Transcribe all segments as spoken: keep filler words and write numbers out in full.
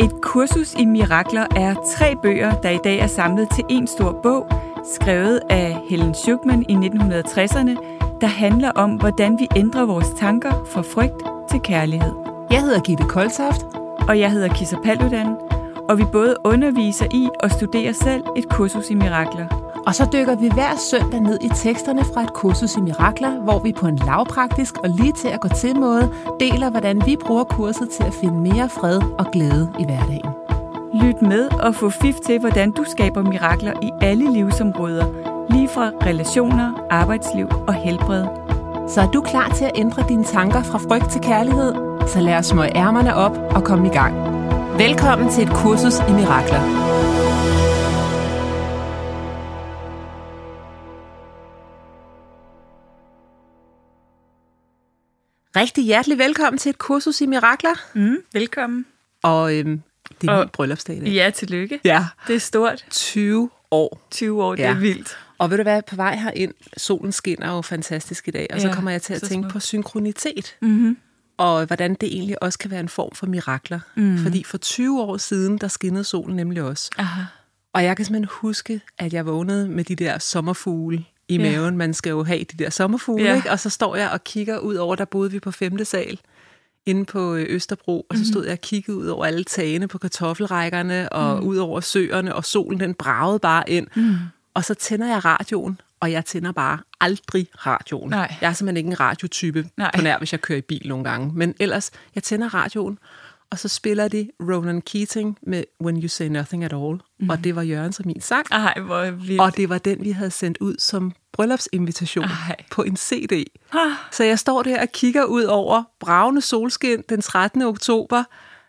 Et kursus i mirakler er tre bøger, der i dag er samlet til en stor bog, skrevet af Helen Schucman i nitten tresserne, der handler om, hvordan vi ændrer vores tanker fra frygt til kærlighed. Jeg hedder Gitte Koltoft. Og jeg hedder Kisser Paludan, og vi både underviser i og studerer selv et kursus i mirakler. Og så dykker vi hver søndag ned i teksterne fra et kursus i mirakler, hvor vi på en lavpraktisk og lige til at gå til måde deler, hvordan vi bruger kurset til at finde mere fred og glæde i hverdagen. Lyt med og få fif til, hvordan du skaber mirakler i alle livsområder, lige fra relationer, arbejdsliv og helbred. Så er du klar til at ændre dine tanker fra frygt til kærlighed? Så lad os smøge ærmerne op og komme i gang. Velkommen til et kursus i mirakler. Rigtig hjertelig velkommen til et kursus i mirakler. Mm, velkommen. Og øhm, det er og, min bryllupsdag i dag. Ja, tillykke. Ja. Det er stort. tyve år. tyve år, det ja. er vildt. Og ved du hvad, på vej herind, solen skinner jo fantastisk i dag, og ja, så kommer jeg til at tænke smuk. på synkronitet. Mm-hmm. Og hvordan det egentlig også kan være en form for mirakler. Mm. Fordi for tyve år siden, der skinnede solen nemlig også. Aha. Og jeg kan simpelthen huske, at jeg vågnede med de der sommerfugle i ja. maven. Man skal jo have de der sommerfugle, ja. ikke? Og så står jeg og kigger ud over, der boede vi på femte sal, inde på Østerbro, og så stod jeg og kiggede ud over alle tagene på kartoffelrækkerne, og mm. ud over søerne, og solen den bragede bare ind. Mm. Og så tænder jeg radioen, og jeg tænder bare aldrig radioen. Nej. Jeg er simpelthen ikke en radiotype på nær, hvis jeg kører i bil nogle gange. Men ellers, jeg tænder radioen, og så spiller de Ronan Keating med When You Say Nothing At All. Mm. Og det var Jørgens og min sang. Ej, hvor vildt. Og det var den, vi havde sendt ud som bryllupsinvitation Ej. på en C D. Ah. Så jeg står der og kigger ud over bragende solskin den trettende oktober.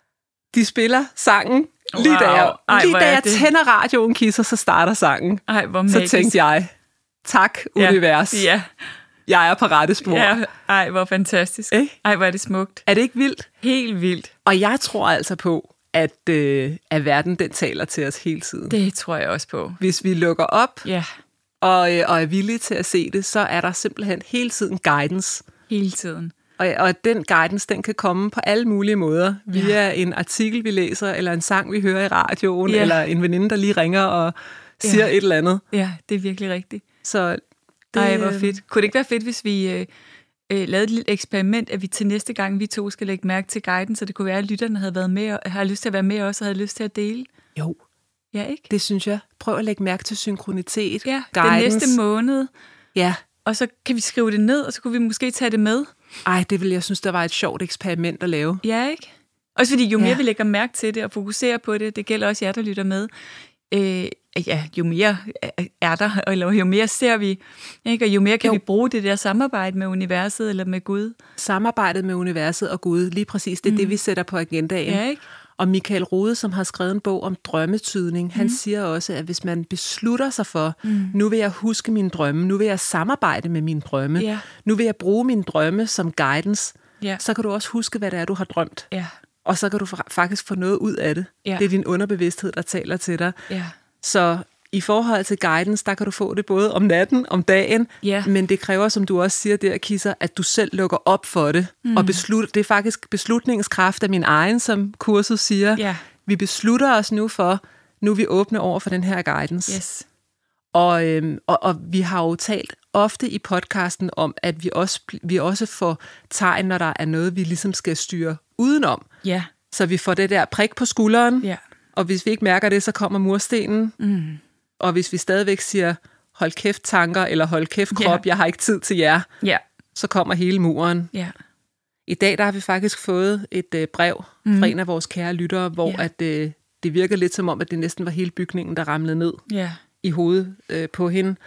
De spiller sangen. Wow. Lige da jeg, Ej, lige da jeg tænder radioen, Kisser, så starter sangen. Ej, hvor så tænkte jeg, tak ja. univers. Ja. Jeg er på rette spor. Ja. Ej, hvor fantastisk. Eh? Ej, hvor er det smukt. Er det ikke vildt? Helt vildt. Og jeg tror altså på, at, øh, at verden den taler til os hele tiden. Det tror jeg også på. Hvis vi lukker op ja. og, øh, og er villige til at se det, så er der simpelthen hele tiden guidance. Hele tiden. Og, og den guidance, den kan komme på alle mulige måder. Via ja. en artikel, vi læser, eller en sang, vi hører i radioen, ja. eller en veninde, der lige ringer og siger ja. et eller andet. Ja, det er virkelig rigtigt. Så det, Ej, hvor fedt. Kunne det ikke være fedt, hvis vi øh, øh, lavede et lille eksperiment, at vi til næste gang, vi to skal lægge mærke til guiden, så det kunne være, at lytterne havde været med, og har lyst til at være med også, og havde lyst til at dele? Jo. Ja, ikke? Det synes jeg. Prøv at lægge mærke til synkronitet, ja, guidance. Den næste måned. Ja. Og så kan vi skrive det ned, og så kunne vi måske tage det med. Ej, det ville jeg synes, der var et sjovt eksperiment at lave. Ja, ikke? Også fordi jo mere ja. vi lægger mærke til det og fokuserer på det, det gælder også jer, der lytter med, øh, ja, jo mere er der, eller jo mere ser vi, ikke? Og jo mere kan jo. vi bruge det der samarbejde med universet eller med Gud. Samarbejdet med universet og Gud, lige præcis, det er mm. det, vi sætter på agendaen. Ja, ikke? Og Michael Rode, som har skrevet en bog om drømmetydning, mm. han siger også, at hvis man beslutter sig for, mm. nu vil jeg huske mine drømme, nu vil jeg samarbejde med mine drømme, yeah. nu vil jeg bruge mine drømme som guidance, yeah. så kan du også huske, hvad det er, du har drømt. Yeah. Og så kan du faktisk få noget ud af det. Yeah. Det er din underbevidsthed, der taler til dig. Yeah. Så i forhold til guidance, der kan du få det både om natten, om dagen, yeah. men det kræver, som du også siger der, Kisser, at du selv lukker op for det. Mm. Og beslut, det er faktisk beslutningskraft af min egen, som kurset siger. Yeah. Vi beslutter os nu for, nu er vi åbne over for den her guidance. Yes. Og, øhm, og, og vi har jo talt ofte i podcasten om, at vi også, vi også får tegn, når der er noget, vi ligesom skal styre udenom. Yeah. Så vi får det der prik på skulderen, yeah. og hvis vi ikke mærker det, så kommer murstenen. Mm. Og hvis vi stadigvæk siger, hold kæft tanker, eller hold kæft krop, yeah. jeg har ikke tid til jer, yeah. så kommer hele muren. Yeah. I dag der har vi faktisk fået et øh, brev mm. fra en af vores kære lyttere, hvor yeah. at, øh, det virker lidt som om, at det næsten var hele bygningen, der ramlede ned yeah. i hovedet øh, på hende.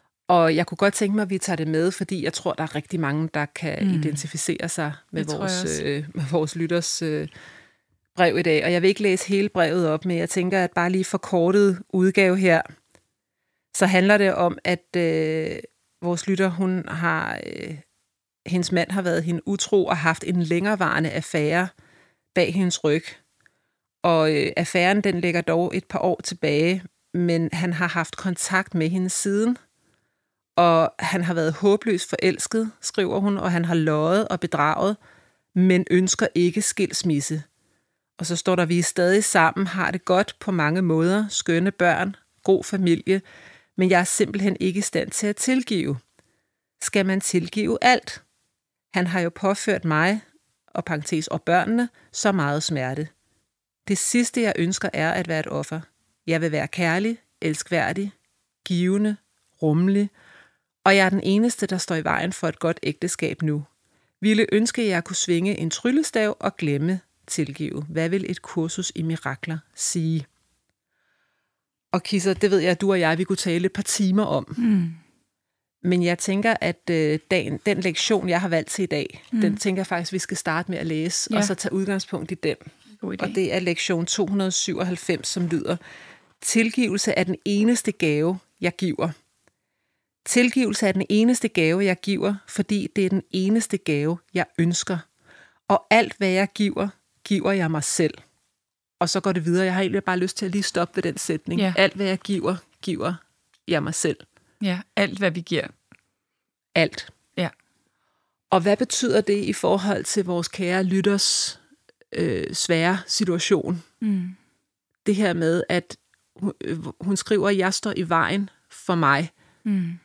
Og jeg kunne godt tænke mig, at vi tager det med, fordi jeg tror, der er rigtig mange, der kan mm. identificere sig med vores, øh, med vores lytters øh, brev i dag. Og jeg vil ikke læse hele brevet op, men jeg tænker, at bare lige forkortet udgave her, så handler det om, at øh, vores lytter, hun har, øh, hendes mand har været hende utro og haft en længerevarende affære bag hendes ryg. Og øh, affæren, den ligger dog et par år tilbage, men han har haft kontakt med hende siden. Og han har været håbløst forelsket, skriver hun, og han har løjet og bedraget, men ønsker ikke skilsmisse. Og så står der, vi er stadig sammen, har det godt på mange måder, skønne børn, god familie, men jeg er simpelthen ikke i stand til at tilgive. Skal man tilgive alt? Han har jo påført mig, og parentes og børnene, så meget smerte. Det sidste, jeg ønsker, er at være et offer. Jeg vil være kærlig, elskværdig, givende, rummelig, og jeg er den eneste, der står i vejen for et godt ægteskab nu. Ville ønske, at jeg kunne svinge en tryllestav og glemme tilgive. Hvad vil et kursus i mirakler sige? Og Kisser, det ved jeg, at du og jeg, vi kunne tale et par timer om. Mm. Men jeg tænker, at øh, dagen, den lektion, jeg har valgt til i dag, mm. den tænker jeg faktisk, vi skal starte med at læse, ja. Og så tage udgangspunkt i den. Og det er lektion to hundrede syvoghalvfems, som lyder: tilgivelse er den eneste gave, jeg giver. Tilgivelse er den eneste gave, jeg giver, fordi det er den eneste gave, jeg ønsker. Og alt, hvad jeg giver, giver jeg mig selv. Og så går det videre. Jeg har egentlig bare lyst til at lige stoppe ved den sætning. Ja. Alt, hvad jeg giver, giver jeg mig selv. Ja, alt, hvad vi giver. Alt. Ja. Og hvad betyder det i forhold til vores kære lytters øh, svære situation? Mm. Det her med, at hun, øh, hun skriver, at jeg står i vejen for mig. Mm.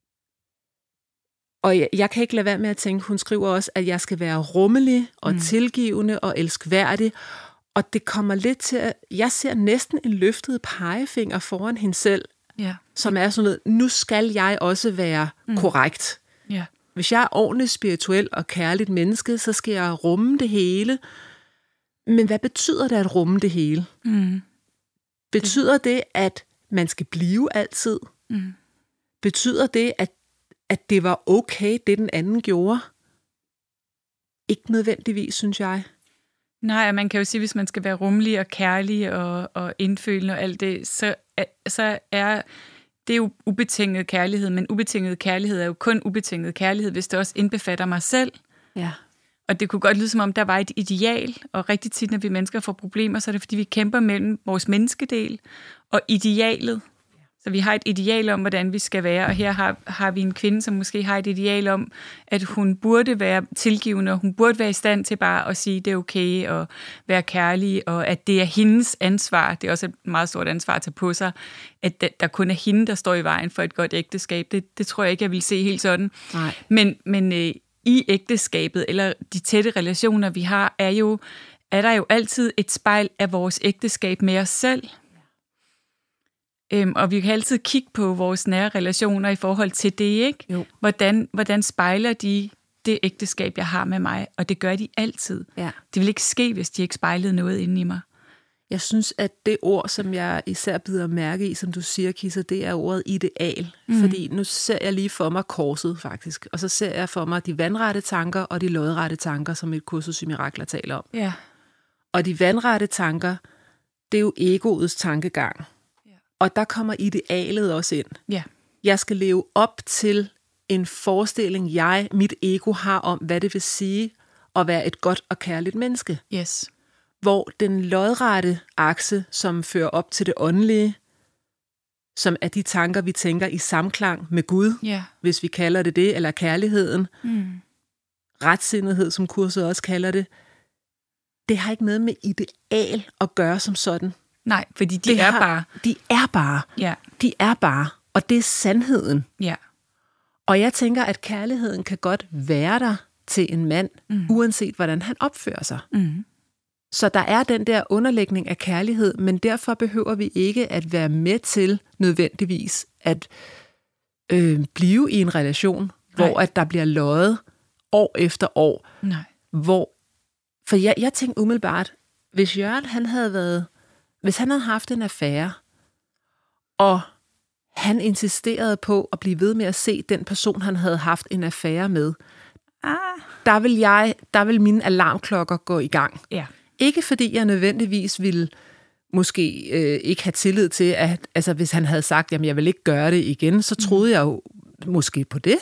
Og jeg, jeg kan ikke lade være med at tænke, hun skriver også, at jeg skal være rummelig og mm. tilgivende og elskværdig. Og det kommer lidt til at, jeg ser næsten en løftet pegefinger foran hende selv, ja. Som er sådan noget, nu skal jeg også være mm. korrekt. Ja. Hvis jeg er ordentligt spirituel og kærligt menneske, så skal jeg rumme det hele. Men hvad betyder det at rumme det hele? Mm. Betyder det, at man skal blive altid? Mm. Betyder det, at, at det var okay, det den anden gjorde? Ikke nødvendigvis, synes jeg. Nej, man kan jo sige, hvis man skal være rummelig og kærlig og, og indfølende og alt det, så, så er det jo ubetinget kærlighed, men ubetinget kærlighed er jo kun ubetinget kærlighed, hvis det også indbefatter mig selv. Ja. Og det kunne godt lyde som om, der var et ideal, og rigtig tit, når vi mennesker får problemer, så er det fordi, vi kæmper mellem vores menneskedel og idealet. Så vi har et ideal om, hvordan vi skal være, og her har, har vi en kvinde, som måske har et ideal om, at hun burde være tilgivende, og hun burde være i stand til bare at sige, at det er okay, og være kærlig, og at det er hendes ansvar. Det er også et meget stort ansvar at tage på sig, at der kun er hende, der står i vejen for et godt ægteskab. Det, det tror jeg ikke, jeg vil se helt sådan. Nej. Men, men øh, i ægteskabet, eller de tætte relationer, vi har, er, jo, er der jo altid et spejl af vores ægteskab med os selv. Øhm, og vi kan altid kigge på vores nære relationer i forhold til det, ikke? Jo. Hvordan, hvordan spejler de det ægteskab, jeg har med mig? Og det gør de altid. Ja. Det vil ikke ske, hvis de ikke spejlede noget inde i mig. Jeg synes, at det ord, som jeg især bider mærke i, som du siger, Kisser, det er ordet ideal. Mm. Fordi nu ser jeg lige for mig korset, faktisk. Og så ser jeg for mig de vandrette tanker og de lodrette tanker, som et kursus i mirakler taler om. Ja. Og de vandrette tanker, det er jo egoets tankegang. Og der kommer idealet også ind. Ja. Jeg skal leve op til en forestilling, jeg, mit ego har om, hvad det vil sige at være et godt og kærligt menneske. Yes. Hvor den lodrette akse, som fører op til det åndelige, som er de tanker, vi tænker i samklang med Gud, yeah. hvis vi kalder det det, eller kærligheden, mm. retsindighed, som kurset også kalder det, det har ikke noget med ideal at gøre som sådan. Nej, fordi de det er har, bare. De er bare. Ja. De er bare. Og det er sandheden. Ja. Og jeg tænker, at kærligheden kan godt være der til en mand, mm. uanset hvordan han opfører sig. Mm. Så der er den der underlægning af kærlighed, men derfor behøver vi ikke at være med til nødvendigvis at øh, blive i en relation, Nej. Hvor at der bliver løjet år efter år. Nej. Hvor, for jeg, jeg tænkte umiddelbart, hvis Jørgen han havde været Hvis han havde haft en affære, og han insisterede på at blive ved med at se den person, han havde haft en affære med, ah. der, vil jeg, der vil mine alarmklokker gå i gang. Ja. Ikke fordi jeg nødvendigvis ville måske øh, ikke have tillid til, at altså, hvis han havde sagt, jamen jeg vil ikke gøre det igen, så troede mm. jeg jo måske på det.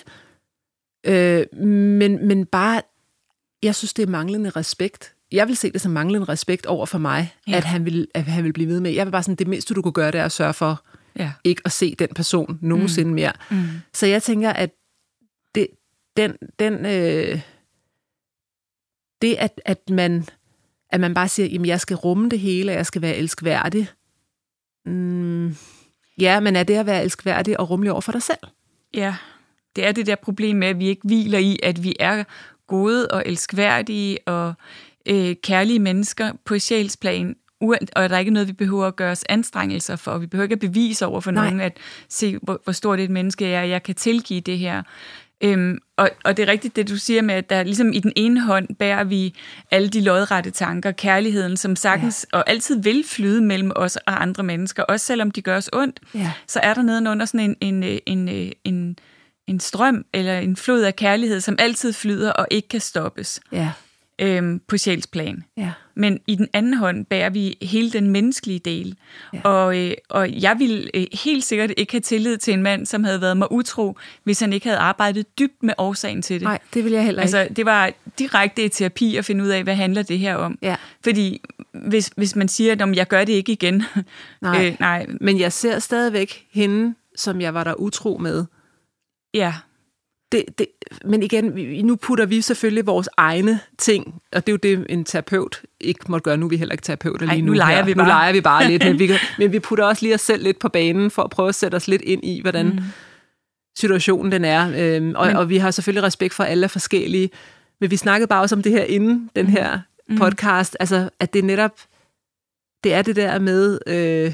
Øh, men, men bare, jeg synes, det er manglende respekt. Jeg vil se det som manglende respekt over for mig, ja. at, han vil, at han vil blive ved med. Jeg vil bare sådan, det mindste, du kunne gøre, det er at sørge for ja. ikke at se den person nogensinde mm. mere. Mm. Så jeg tænker, at det, den, den, øh, det at, at man at man bare siger, jamen jeg skal rumme det hele, og jeg skal være elskværdig. Mm, ja, men er det at være elskværdig og rummelig over for dig selv? Ja, det er det der problem med, at vi ikke hviler i, at vi er gode og elskværdige og øh, kærlige mennesker på sjælsplan, og der er ikke noget, vi behøver at gøre os anstrengelser for, og vi behøver ikke at bevise over for Nej. nogen, at se, hvor, hvor stort et menneske er, og jeg kan tilgive det her. Øhm, og, og det er rigtigt, det du siger med, at der ligesom i den ene hånd bærer vi alle de lodrette tanker, kærligheden, som sagtens ja. og altid vil flyde mellem os og andre mennesker, også selvom de gør os ondt, ja. så er der nedenunder sådan en, en, en, en, en strøm eller en flod af kærlighed, som altid flyder og ikke kan stoppes. Ja. Øhm, på sjælsplan. Ja. Men i den anden hånd bærer vi hele den menneskelige del. Ja. Og, øh, og jeg ville øh, helt sikkert ikke have tillid til en mand, som havde været mig utro, hvis han ikke havde arbejdet dybt med årsagen til det. Nej, det vil jeg heller ikke. Altså, det var direkte i terapi at finde ud af, hvad handler det her om. Ja. Fordi hvis, hvis man siger, at jeg gør det ikke igen. Nej. øh, nej, men jeg ser stadigvæk hende, som jeg var der utro med. Ja. Det, det, men igen, nu putter vi selvfølgelig vores egne ting, og det er jo det, en terapeut ikke måtte gøre. Nu er vi heller ikke terapeuter lige Ej, nu. Nu leger, vi bare. nu leger vi bare lidt, men vi, men vi putter også lige os selv lidt på banen, for at prøve at sætte os lidt ind i, hvordan mm. situationen den er. Øhm, og, og vi har selvfølgelig respekt for, at alle er forskellige, men vi snakkede bare også om det her inden den her mm. podcast, altså at det netop, det er det der med, øh,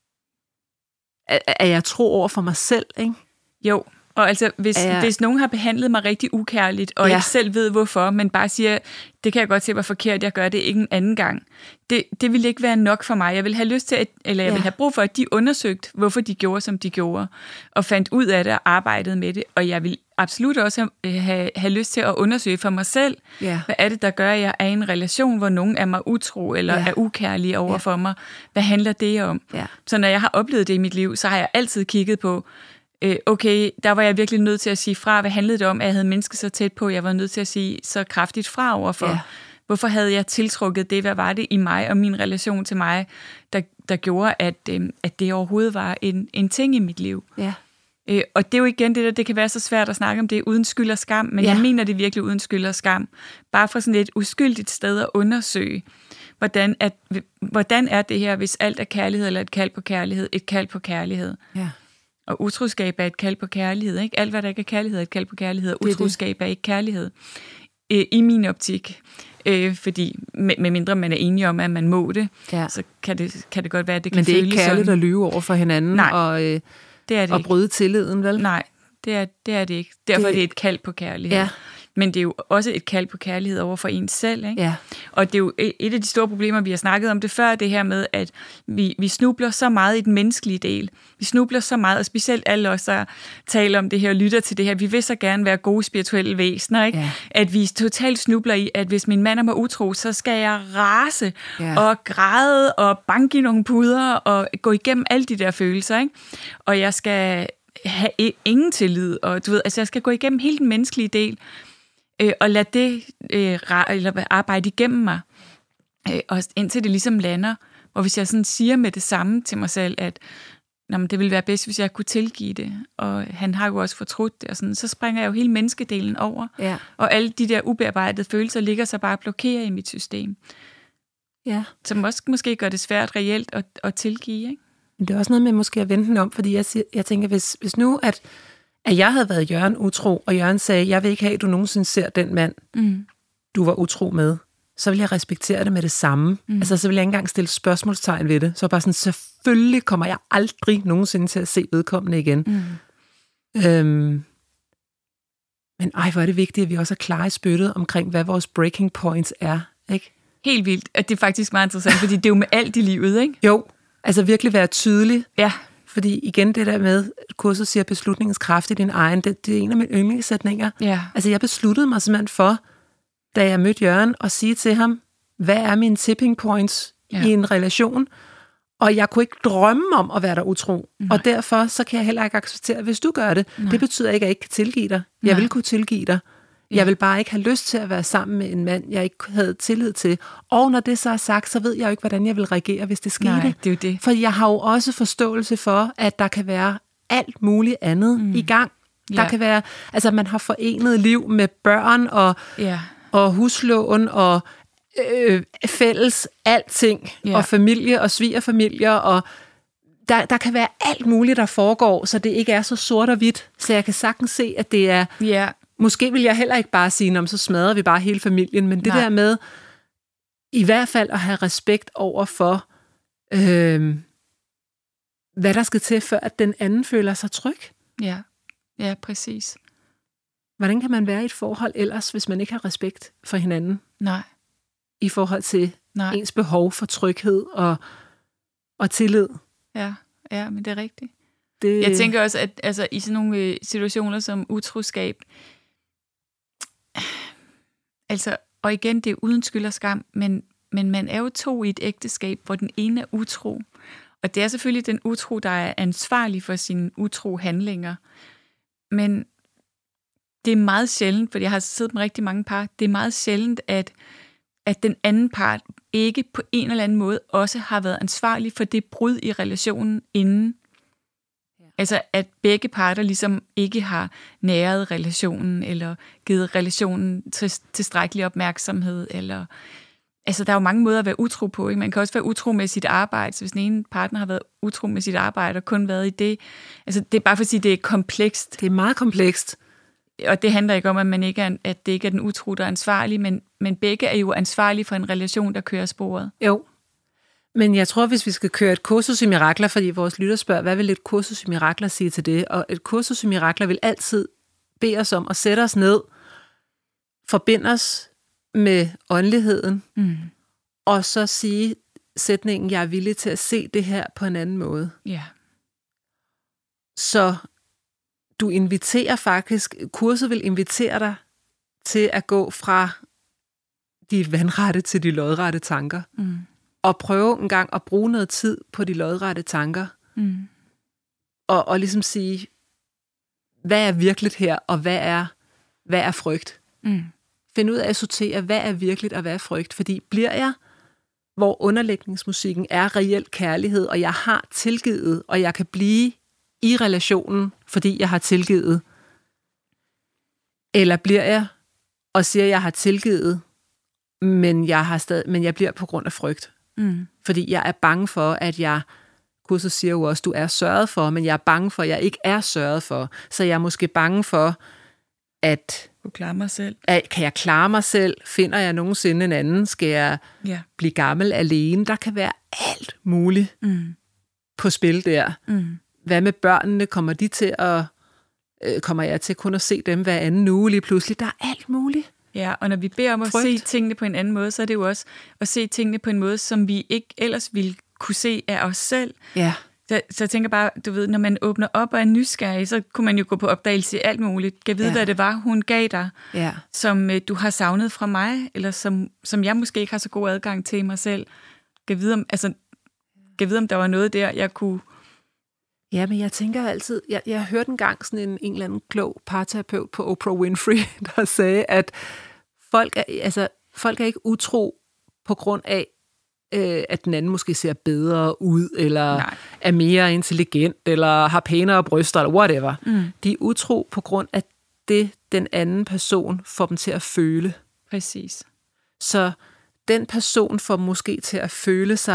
at, at jeg tror over for mig selv, ikke? Jo. Og altså, hvis, ja. hvis nogen har behandlet mig rigtig ukærligt, og ja. ikke selv ved hvorfor, men bare siger, det kan jeg godt se, hvor forkert jeg gør det ikke en anden gang. Det, det ville ikke være nok for mig. Jeg vil have lyst til, at, eller jeg ja. vil have brug for, at de undersøgte, hvorfor de gjorde, som de gjorde, og fandt ud af det og arbejdede med det. Og jeg vil absolut også have, have, have lyst til at undersøge for mig selv, ja. hvad er det, der gør, at jeg er i en relation, hvor nogen er mig utro, eller ja. er ukærlige over ja. for mig. Hvad handler det om? Ja. Så når jeg har oplevet det i mit liv, så har jeg altid kigget på, okay, der var jeg virkelig nødt til at sige fra. Hvad handlede det om, at jeg havde mennesket så tæt på? Jeg var nødt til at sige så kraftigt fra overfor. Ja. Hvorfor havde jeg tiltrukket det? Hvad var det i mig og min relation til mig, der, der gjorde, at, øh, at det overhovedet var en, en ting i mit liv? Ja. Øh, og det er jo igen det der, det kan være så svært at snakke om det uden skyld og skam, men ja. jeg mener det virkelig uden skyld og skam. Bare fra sådan et uskyldigt sted at undersøge, hvordan, at, hvordan er det her, hvis alt er kærlighed eller et kald på kærlighed, et kald på kærlighed. Ja. Og utroskab er et kald på kærlighed, ikke? Alt, hvad der ikke er kærlighed, er et kald på kærlighed. Utroskab er ikke kærlighed. Øh, I min optik. Øh, fordi med, med mindre man er enige om, at man må det, ja. så kan det, kan det godt være, at det kan føles sådan. Men det er ikke kærligt sådan. At lyve over for hinanden og, øh, det er det og bryde tilliden, vel? Nej, det er det, er det ikke. Derfor det... er det et kald på kærlighed. Ja. Men det er jo også et kald på kærlighed over for ens selv, ikke? Ja. Og det er jo et af de store problemer, vi har snakket om det før, det her med, at vi, vi snubler så meget i den menneskelige del. Vi snubler så meget, og specielt alle os, der taler om det her og lytter til det her. Vi vil så gerne være gode spirituelle væsener, ikke? Ja. At vi totalt snubler i, at hvis min mand er mig utro, så skal jeg rase ja. og græde og banke i nogle puder og gå igennem alle de der følelser, ikke? Og jeg skal have ingen tillid, og du ved, altså jeg skal gå igennem hele den menneskelige del, og lad det øh, eller arbejde igennem mig, øh, og indtil det ligesom lander. Og hvis jeg sådan siger med det samme til mig selv, at men det ville være bedst, hvis jeg kunne tilgive det, og han har jo også fortrudt det, og sådan, så springer jeg jo hele menneskedelen over, ja. og alle de der ubearbejdede følelser ligger så bare og blokerer i mit system. Ja. Som også måske gør det svært reelt at, at tilgive, ikke? Men det er også noget med måske at vende den om, fordi jeg, jeg tænker, hvis, hvis nu, at at jeg havde været Jørgen utro, og Jørgen sagde, jeg vil ikke have, at du nogensinde ser den mand, mm. du var utro med, så vil jeg respektere det med det samme. Mm. Altså, så vil jeg ikke engang stille spørgsmålstegn ved det. Så bare sådan, selvfølgelig kommer jeg aldrig nogensinde til at se vedkommende igen. Mm. Øhm, men ej, hvor er det vigtigt, at vi også er klare i spyttet omkring, hvad vores breaking points er, ikke? Helt vildt. Og det er faktisk meget interessant, fordi det er jo med alt i livet, ikke? Jo, altså virkelig være tydelig. Ja. Fordi igen det der med, kurset siger beslutningens kraft i din egen, det, det er en af mine yndlingssætninger. Ja. Altså jeg besluttede mig simpelthen for, da jeg mødte Jørgen, at sige til ham, hvad er mine tipping points ja. i en relation? Og jeg kunne ikke drømme om at være der utro. Nej. Og derfor så kan jeg heller ikke acceptere, hvis du gør det. Nej. Det betyder ikke, at jeg ikke kan tilgive dig. Jeg Nej. vil kunne tilgive dig. Ja. Jeg vil bare ikke have lyst til at være sammen med en mand, jeg ikke havde tillid til. Og når det så er sagt, så ved jeg jo ikke, hvordan jeg vil reagere, hvis det skete. Nej, det er jo det. For jeg har jo også forståelse for, at der kan være alt muligt andet mm. i gang. Der ja. kan være, altså man har forenet liv med børn og, ja. og huslån og øh, fælles alting, ja. Og familie og svigerfamilier, og der, der kan være alt muligt, der foregår, så det ikke er så sort og hvidt. Så jeg kan sagtens se, at det er... Ja. Måske vil jeg heller ikke bare sige, om så smadrer vi bare hele familien, men det Nej. Der med i hvert fald at have respekt over for, øh, hvad der skal til, før at den anden føler sig tryg. Ja, ja, præcis. Hvordan kan man være i et forhold ellers, hvis man ikke har respekt for hinanden? Nej. I forhold til Nej. ens behov for tryghed og, og tillid. Ja, ja, men det er rigtigt. Det... Jeg tænker også, at altså, i sådan nogle situationer som utroskab, altså, og igen, det er uden skyld og skam, men, men man er jo to i et ægteskab, hvor den ene er utro. Og det er selvfølgelig den utro, der er ansvarlig for sine utro handlinger. Men det er meget sjældent, for jeg har siddet med rigtig mange par, det er meget sjældent, at, at den anden part ikke på en eller anden måde også har været ansvarlig for det brud i relationen inden. Ja. Altså, at begge parter ligesom ikke har næret relationen, eller givet relationen tilstrækkelig opmærksomhed, eller... Altså, der er jo mange måder at være utro på, ikke? Man kan også være utro med sit arbejde, så hvis den ene partner har været utro med sit arbejde, og kun været i det... Altså, det er bare for at sige, at det er komplekst. Det er meget komplekst. Og det handler ikke om, at, man ikke er, at det ikke er den utro, der er ansvarlig, men, men begge er jo ansvarlige for en relation, der kører sporet. Jo. Men jeg tror, hvis vi skal køre et kursus i mirakler, fordi vores lytter spørger, hvad vil et kursus i mirakler sige til det? Og et kursus i mirakler vil altid bede os om at sætte os ned, forbinde os med åndeligheden, mm. og så sige sætningen, jeg er villig til at se det her på en anden måde. Ja. Så du inviterer faktisk, kurset vil invitere dig til at gå fra de vandrette til de lodrette tanker, mm. og prøve en gang at bruge noget tid på de lodrette tanker, mm. og, og ligesom sige, hvad er virkeligt her, og hvad er, hvad er frygt? Mm. Find ud af at sortere, hvad er virkeligt, og hvad er frygt? Fordi bliver jeg, hvor underlægningsmusikken er reelt kærlighed, og jeg har tilgivet, og jeg kan blive i relationen, fordi jeg har tilgivet, eller bliver jeg og siger, at jeg har tilgivet, men jeg, har stadig, men jeg bliver på grund af frygt. Mm. Fordi jeg er bange for, at jeg, kurset siger jo også, du er sørget for, men jeg er bange for, at jeg ikke er sørget for. Så jeg er måske bange for, at... Du klarer mig selv. At, kan jeg klare mig selv? Finder jeg nogensinde en anden? Skal jeg ja. blive gammel alene? Der kan være alt muligt mm. på spil der. Mm. Hvad med børnene? Kommer de til at... Øh, kommer jeg til kun at se dem hver anden uge lige pludselig? Der er alt muligt. Ja, og når vi beder om at Frygt. se tingene på en anden måde, så er det jo også at se tingene på en måde, som vi ikke ellers ville kunne se af os selv. Ja. Så, så jeg tænker bare, du ved, når man åbner op og er nysgerrig, så kunne man jo gå på opdagelse i alt muligt. Kan vide, ja. hvad det var, hun gav dig, ja. som øh, du har savnet fra mig, eller som, som jeg måske ikke har så god adgang til mig selv. Kan vide, om, altså, kan vide, om der var noget der, jeg kunne... Ja, men jeg tænker altid, jeg, jeg hørte engang sådan en, en eller anden klog parterapeut på Oprah Winfrey, der sagde, at folk er, altså, folk er ikke utro på grund af, øh, at den anden måske ser bedre ud, eller Nej. er mere intelligent, eller har pænere bryster, eller whatever. Mm. De er utro på grund af det, den anden person får dem til at føle. Præcis. Så den person får måske til at føle sig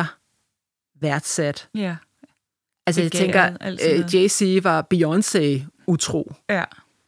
værdsat. Ja. Altså, jeg tænker, uh, Jay-Z var Beyoncé utro. Ja.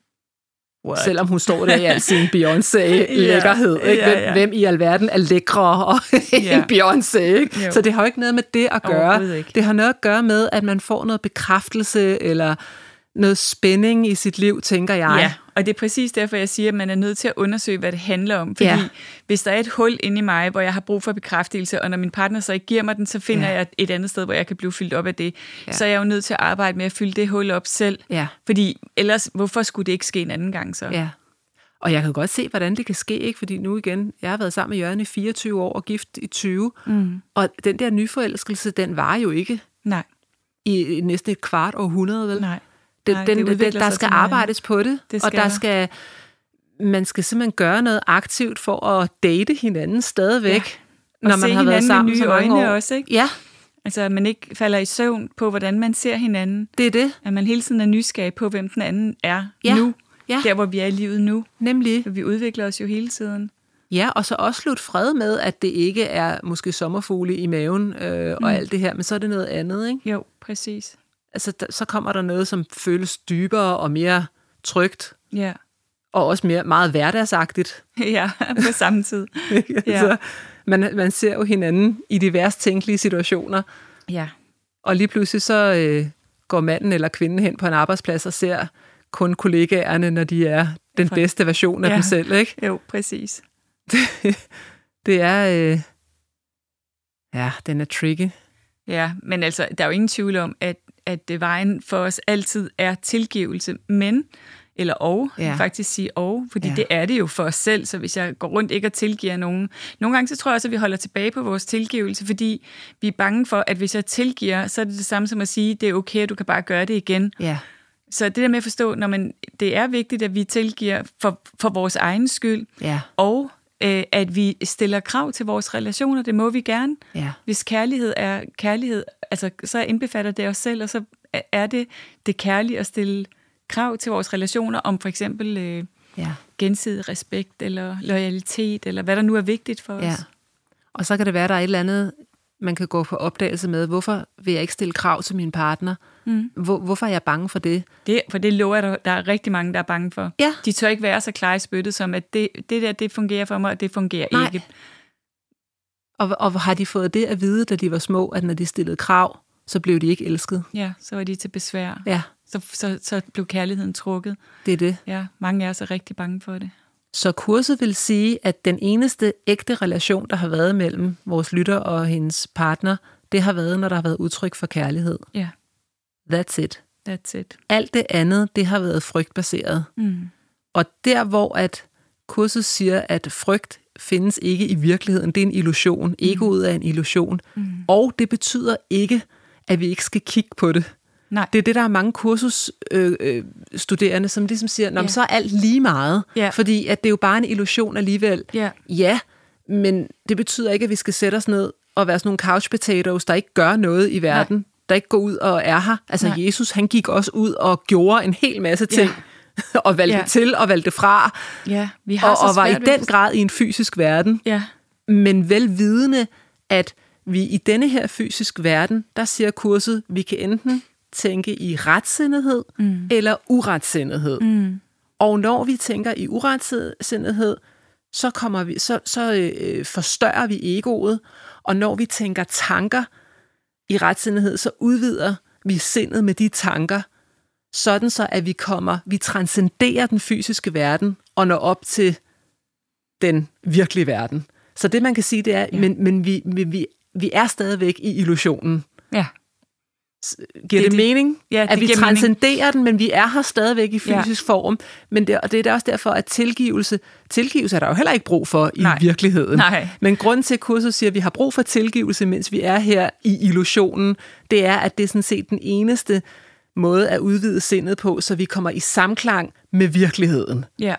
What? Selvom hun står der i al sin Beyoncé-lækkerhed. ja, ja, ja. Hvem i alverden er lækre og ja. Beyoncé, ikke? Så det har jo ikke noget med det at gøre. Det har noget at gøre med, at man får noget bekræftelse, eller noget spænding i sit liv, tænker jeg. Ja, og det er præcis derfor, jeg siger, at man er nødt til at undersøge, hvad det handler om. Fordi ja. hvis der er et hul inde i mig, hvor jeg har brug for bekræftelse, og når min partner så ikke giver mig den, så finder ja. jeg et andet sted, hvor jeg kan blive fyldt op af det. Ja. Så er jeg jo nødt til at arbejde med at fylde det hul op selv. Ja. Fordi ellers, hvorfor skulle det ikke ske en anden gang så? Ja. Og jeg kan godt se, hvordan det kan ske, ikke? Fordi nu igen, jeg har været sammen med Jørgen i fireogtyve år og gift i tyve. Mm. Og den der nyforelskelse, den var jo ikke Nej. i næsten et kvart århundrede, vel? Nej. Den, Nej, den, den, der skal arbejdes på det, det og der skal, man skal simpelthen gøre noget aktivt for at date hinanden stadigvæk, ja. når man har været sammen så mange år. Også, ikke? Ja. Altså, at man ikke falder i søvn på, hvordan man ser hinanden. Det er det. At man hele tiden er nysgerrig på, hvem den anden er ja. nu. Ja. Der, hvor vi er i livet nu. Nemlig. For vi udvikler os jo hele tiden. Ja, og så også slut fred med, at det ikke er måske sommerfugle i maven øh, og mm. alt det her, men så er det noget andet, ikke? Jo, præcis. Altså, der, så kommer der noget, som føles dybere og mere trygt. Ja. Og også mere, meget hverdagsagtigt. Ja, på samme tid. Ja. Så man, man ser jo hinanden i de værst tænkelige situationer. Ja. Og lige pludselig så øh, går manden eller kvinden hen på en arbejdsplads og ser kun kollegaerne, når de er den bedste version af ja. dem selv, ikke? Jo, præcis. Det, det er... Øh, ja, den er tricky. Ja, men altså, der er jo ingen tvivl om, at, at vejen for os altid er tilgivelse, men... Eller og, ja. faktisk sige og, fordi ja. det er det jo for os selv, så hvis jeg går rundt ikke og tilgiver nogen. Nogle gange så tror jeg også, at vi holder tilbage på vores tilgivelse, fordi vi er bange for, at hvis jeg tilgiver, så er det det samme som at sige, det er okay, du kan bare gøre det igen. Ja. Så det der med at forstå, når man, det er vigtigt, at vi tilgiver for, for vores egen skyld, ja. og øh, at vi stiller krav til vores relationer, det må vi gerne. Ja. Hvis kærlighed er kærlighed, altså så indbefatter det os selv, og så er det det kærlige at stille krav til vores relationer om for eksempel øh, ja. gensidig respekt eller loyalitet, eller hvad der nu er vigtigt for ja. os. Og så kan det være, at der er et eller andet, man kan gå på opdagelse med. Hvorfor vil jeg ikke stille krav til min partner? Mm. Hvor, hvorfor er jeg bange for det? det? For det lover der, der er rigtig mange, der er bange for. Ja. De tør ikke være så klar i spyttet, som at det, det der, det fungerer for mig, og det fungerer Nej. ikke. Og, og har de fået det at vide, da de var små, at når de stillede krav, så blev de ikke elsket? Ja, så var de til besvær. Ja. Så, så, så blev kærligheden trukket. Det er det. Ja, mange af os er rigtig bange for det. Så kurset vil sige, at den eneste ægte relation, der har været mellem vores lytter og hendes partner, det har været, når der har været udtryk for kærlighed. Ja. That's it. That's it. Alt det andet, det har været frygtbaseret. Mm. Og der, hvor at kurset siger, at frygt findes ikke i virkeligheden, det er en illusion. Mm. Egoet er en illusion. Mm. Og det betyder ikke, at vi ikke skal kigge på det. Nej. Det er det, der er mange kursusstuderende, øh, som ligesom siger, nå, ja. så er alt lige meget, ja. fordi at det er jo bare en illusion alligevel. Ja. ja, men det betyder ikke, at vi skal sætte os ned og være sådan nogle couch potatoes, der ikke gør noget i verden, Nej. der ikke går ud og er her. Altså Nej. Jesus, han gik også ud og gjorde en hel masse ting, ja. og valgte ja. til og valgte fra, ja. vi har og, så og var i ved. den grad i en fysisk verden, ja. men velvidende, at vi i denne her fysisk verden, der siger kurset, vi kan enten tænke i retsindighed mm. eller uretsindighed. Mm. Og når vi tænker i uretsindighed, så kommer vi, så, så øh, forstørrer vi egoet, og når vi tænker tanker i retsindighed, så udvider vi sindet med de tanker, sådan så at vi kommer, vi transcenderer den fysiske verden og når op til den virkelige verden. Så det man kan sige, det er, ja. men, men vi, vi, vi er stadigvæk i illusionen. Ja. Giver det, det mening? Ja, det at vi transcenderer mening. den, men vi er her stadigvæk i fysisk ja. form. Men det, og det er også derfor, at tilgivelse, tilgivelse er der jo heller ikke brug for i Nej. virkeligheden. Nej. Men grunden til, at kurset siger, at vi har brug for tilgivelse, mens vi er her i illusionen, det er, at det er sådan set den eneste måde at udvide sindet på, så vi kommer i samklang med virkeligheden. Ja.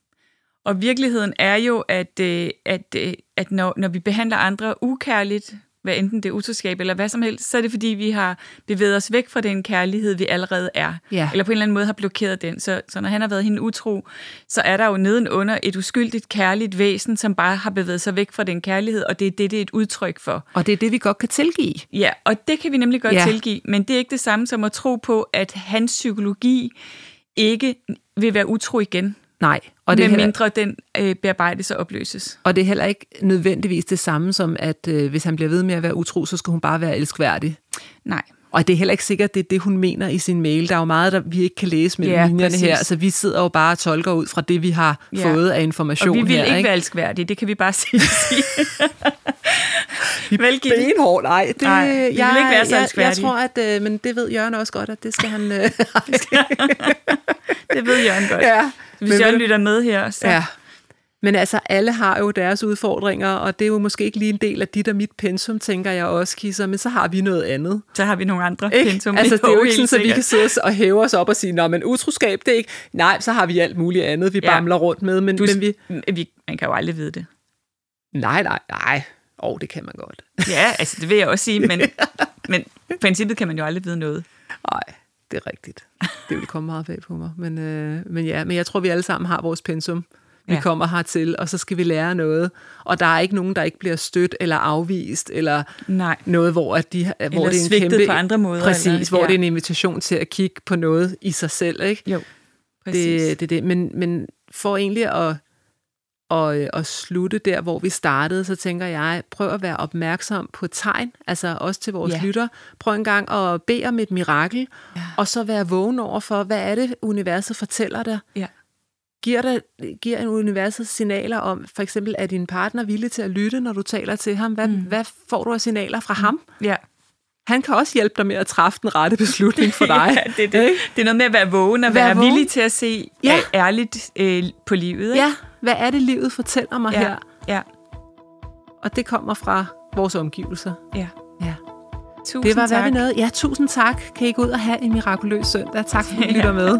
Og virkeligheden er jo, at, at, at når, når vi behandler andre ukærligt, hvad enten det er utroskab eller hvad som helst, så er det fordi, vi har bevæget os væk fra den kærlighed, vi allerede er. Ja. Eller på en eller anden måde har blokeret den. Så, så når han har været hende utro, så er der jo nedenunder et uskyldigt, kærligt væsen, som bare har bevæget sig væk fra den kærlighed, og det er det, det er et udtryk for. Og det er det, vi godt kan tilgive. Ja, og det kan vi nemlig godt ja. tilgive, men det er ikke det samme som at tro på, at hans psykologi ikke vil være utro igen. Nej. Og det med heller, mindre den øh, bearbejdes og opløses. Og det er heller ikke nødvendigvis det samme som, at øh, hvis han bliver ved med at være utro, så skal hun bare være elskværdig. Nej. Og det er heller ikke sikkert, det er det, hun mener i sin mail. Der er jo meget, der vi ikke kan læse mellem ja, linjerne præcis. her. Altså, vi sidder jo bare og tolker ud fra det, vi har ja. fået af information her. Og vi vil her, ikke, ikke være elskværdige, det kan vi bare sige. Benhård, nej. Det, nej, vi vil ikke være så elskværdige. Jeg, jeg tror, at, øh, men det ved Jørgen også godt, at det skal han... Øh, det ved Jørgen godt. Ja. Hvis Jørgen lytter med her, så... Ja. Men altså, alle har jo deres udfordringer, og det er jo måske ikke lige en del af dit og mit pensum, tænker jeg også, Kisser, men så har vi noget andet. Så har vi nogle andre ikke? pensum. Altså, det er jo ikke sådan, at vi kan sidde og hæve os op og sige, nå, men utroskab, det er ikke... Nej, så har vi alt muligt andet, vi ja. bamler rundt med, men, du, men vi... vi... Man kan jo aldrig vide det. Nej, nej, nej. Åh, oh, det kan man godt. Ja, altså, det vil jeg også sige, men, men i princippet kan man jo aldrig vide noget. Nej, det er rigtigt. Det vil komme meget bag på mig. Men, øh, men ja, men jeg tror, vi alle sammen har vores pensum. vi ja. kommer hertil, og så skal vi lære noget. Og der er ikke nogen, der ikke bliver stødt eller afvist, eller Nej. noget, hvor, at de, eller hvor det er en svigtet kæmpe... på andre måder. Præcis, eller, hvor ja. det er en invitation til at kigge på noget i sig selv, ikke? Jo, præcis. Det, det, det. Men, men for egentlig at, at, at slutte der, hvor vi startede, så tænker jeg, prøv at være opmærksom på tegn, altså også til vores ja. lytter. Prøv en gang at bede om et mirakel, ja. og så være vågen over for, hvad er det, universet fortæller dig? Ja. Giver, der, giver en universet signaler om, for eksempel, er din partner villig til at lytte, når du taler til ham? Hvad, mm. hvad får du af signaler fra mm. ham? Ja. Han kan også hjælpe dig med at træffe den rette beslutning for dig. ja, det, det. det er noget med at være vågen og være, være vågen. villig til at se ja. ærligt øh, på livet. Ikke? Ja, hvad er det, livet fortæller mig ja. her? Ja. Og det kommer fra vores omgivelser. Ja. ja. Tusind det var, tak. Hvad vi nåede. Ja, tusind tak. Kan I gå ud og have en mirakuløs søndag. Tak for, at I lytter med.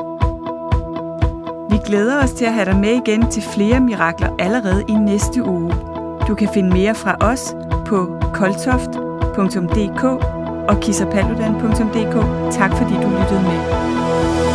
Vi glæder os til at have dig med igen til flere mirakler allerede i næste uge. Du kan finde mere fra os på koltoft punktum d k og kissapaludan punktum d k. Tak fordi du lyttede med.